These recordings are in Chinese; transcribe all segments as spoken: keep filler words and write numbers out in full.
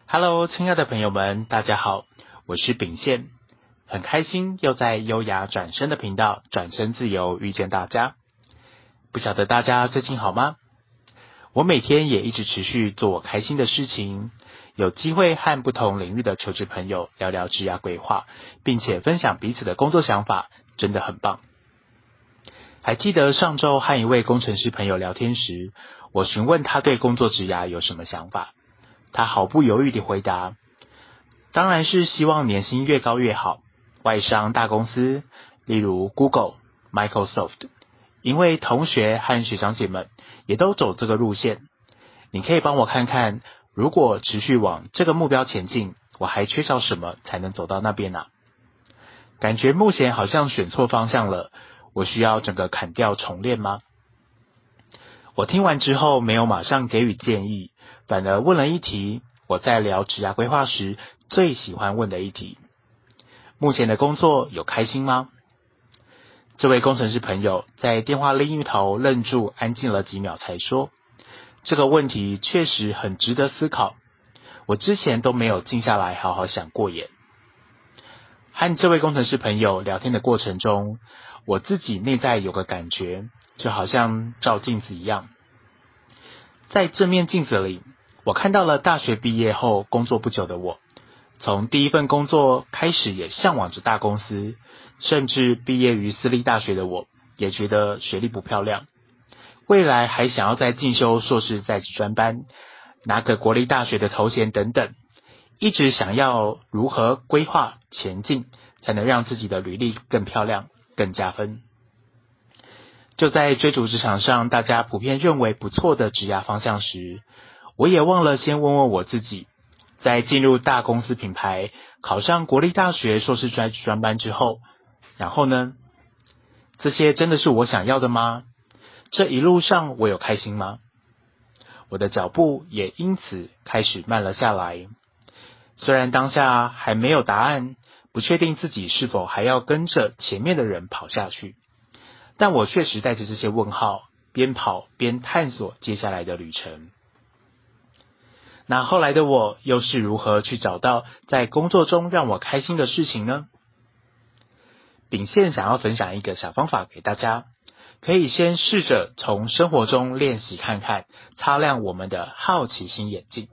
Hello， 亲爱的朋友们，大家好，我是秉宪，很开心又在优雅转身的频道转身自由遇见大家。不晓得大家最近好吗？我每天也一直持续做我开心的事情，有机会和不同领域的求职朋友聊聊职涯规划，并且分享彼此的工作想法，真的很棒。还记得上周和一位工程师朋友聊天时，我询问他对工作职涯有什么想法，他毫不犹豫地回答，当然是希望年薪越高越好，外商大公司，例如 Google、Microsoft， 因为同学和学长姐们也都走这个路线。你可以帮我看看，如果持续往这个目标前进，我还缺少什么才能走到那边啊？感觉目前好像选错方向了，我需要整个砍掉重练吗？我听完之后没有马上给予建议，反而问了一题我在聊职涯规划时最喜欢问的一题：目前的工作有开心吗？这位工程师朋友在电话另一头愣住安静了几秒才说，这个问题确实很值得思考，我之前都没有静下来好好想过耶。和这位工程师朋友聊天的过程中，我自己内在有个感觉，就好像照镜子一样。在这面镜子里，我看到了大学毕业后工作不久的我，从第一份工作开始也向往着大公司，甚至毕业于私立大学的我，也觉得学历不漂亮，未来还想要再进修硕士在职专班，拿个国立大学的头衔等等，一直想要如何规划前进，才能让自己的履历更漂亮、更加分。就在追逐职场上大家普遍认为不错的职涯方向时，我也忘了先问问我自己，在进入大公司品牌，考上国立大学硕士专专班之后，然后呢？这些真的是我想要的吗？这一路上我有开心吗？我的脚步也因此开始慢了下来。虽然当下还没有答案，不确定自己是否还要跟着前面的人跑下去，但我确实带着这些问号，边跑边探索接下来的旅程。那后来的我又是如何去找到在工作中让我开心的事情呢？秉宪想要分享一个小方法给大家，可以先试着从生活中练习看看，擦亮我们的好奇心眼镜。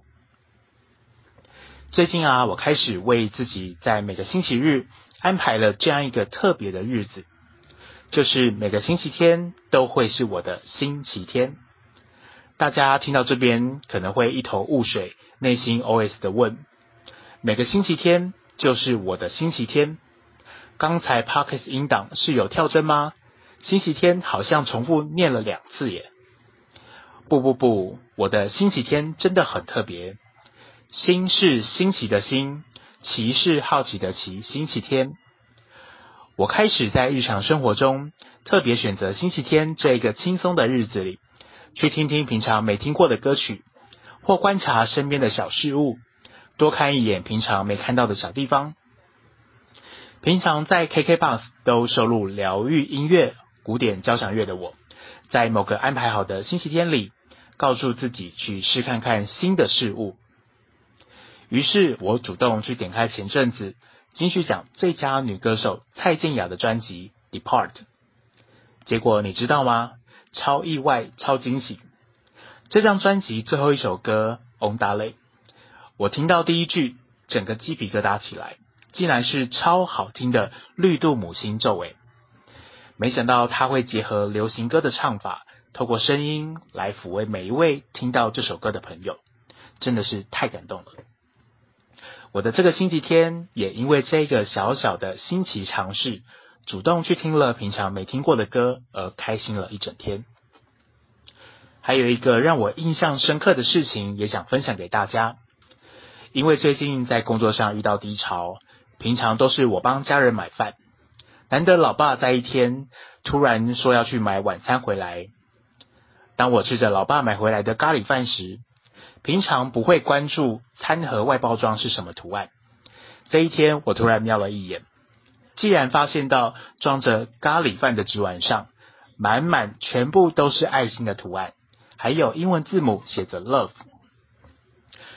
最近啊，我开始为自己在每个星期日安排了这样一个特别的日子，就是每个星期天都会是我的星期天。大家听到这边可能会一头雾水，内心 O S 的问，每个星期天就是我的星期天？刚才 Podcast 音档是有跳针吗？星期天好像重复念了两次耶。不不不，我的星期天真的很特别。星是新奇的星，奇是好奇的奇，星期天。我开始在日常生活中特别选择星期天这个轻松的日子里，去听听平常没听过的歌曲，或观察身边的小事物，多看一眼平常没看到的小地方。平常在 K K B O X 都收录疗愈音乐、古典交响乐的我，在某个安排好的星期天里，告诉自己去试看看新的事物。于是我主动去点开前阵子金曲奖最佳女歌手蔡健雅的专辑 Depart， 结果你知道吗？超意外，超惊喜。这张专辑最后一首歌 On Dale， 我听到第一句，整个鸡皮疙瘩起来，竟然是超好听的绿度母星咒诶。没想到它会结合流行歌的唱法，透过声音来抚慰每一位听到这首歌的朋友，真的是太感动了。我的这个星期天也因为这个小小的新奇尝试，主动去听了平常没听过的歌，而开心了一整天。还有一个让我印象深刻的事情也想分享给大家，因为最近在工作上遇到低潮，平常都是我帮家人买饭，难得老爸在一天突然说要去买晚餐回来。当我吃着老爸买回来的咖喱饭时，平常不会关注餐盒外包装是什么图案，这一天我突然瞄了一眼，既然发现到装着咖喱饭的纸碗上满满全部都是爱心的图案，还有英文字母写着 love。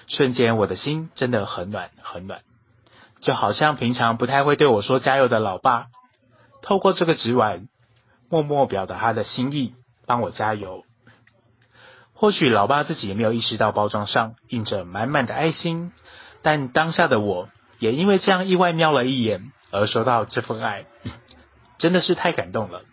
瞬间我的心真的很暖很暖，就好像平常不太会对我说加油的老爸，透过这个纸碗默默表达他的心意，帮我加油。或许老爸自己也没有意识到包装上印着满满的爱心，但当下的我也因为这样意外瞄了一眼而收到这份爱，真的是太感动了。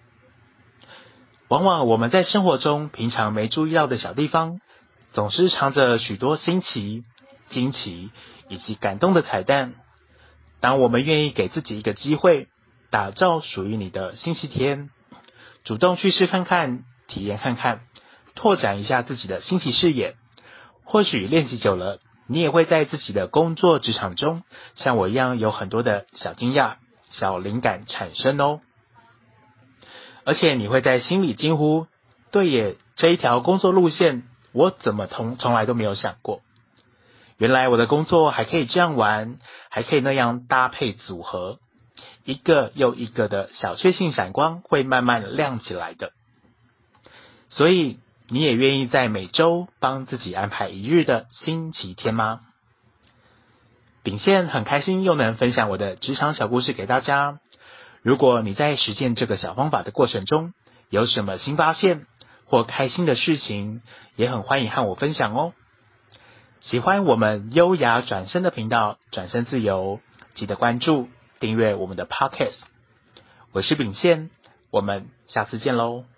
往往我们在生活中平常没注意到的小地方，总是藏着许多新奇、惊奇以及感动的彩蛋。当我们愿意给自己一个机会，打造属于你的星期天，主动去试看看、体验看看，拓展一下自己的新奇视野，或许练习久了，你也会在自己的工作职场中，像我一样有很多的小惊讶、小灵感产生哦。而且你会在心里惊呼，对耶，这一条工作路线我怎么从从来都没有想过，原来我的工作还可以这样玩，还可以那样搭配组合，一个又一个的小确幸闪光会慢慢亮起来的。所以你也愿意在每周帮自己安排一日的星期天吗？秉宪很开心又能分享我的职场小故事给大家。如果你在实践这个小方法的过程中有什么新发现或开心的事情，也很欢迎和我分享哦。喜欢我们优雅转身的频道转身自由，记得关注订阅我们的 Podcast。 我是秉宪，我们下次见喽。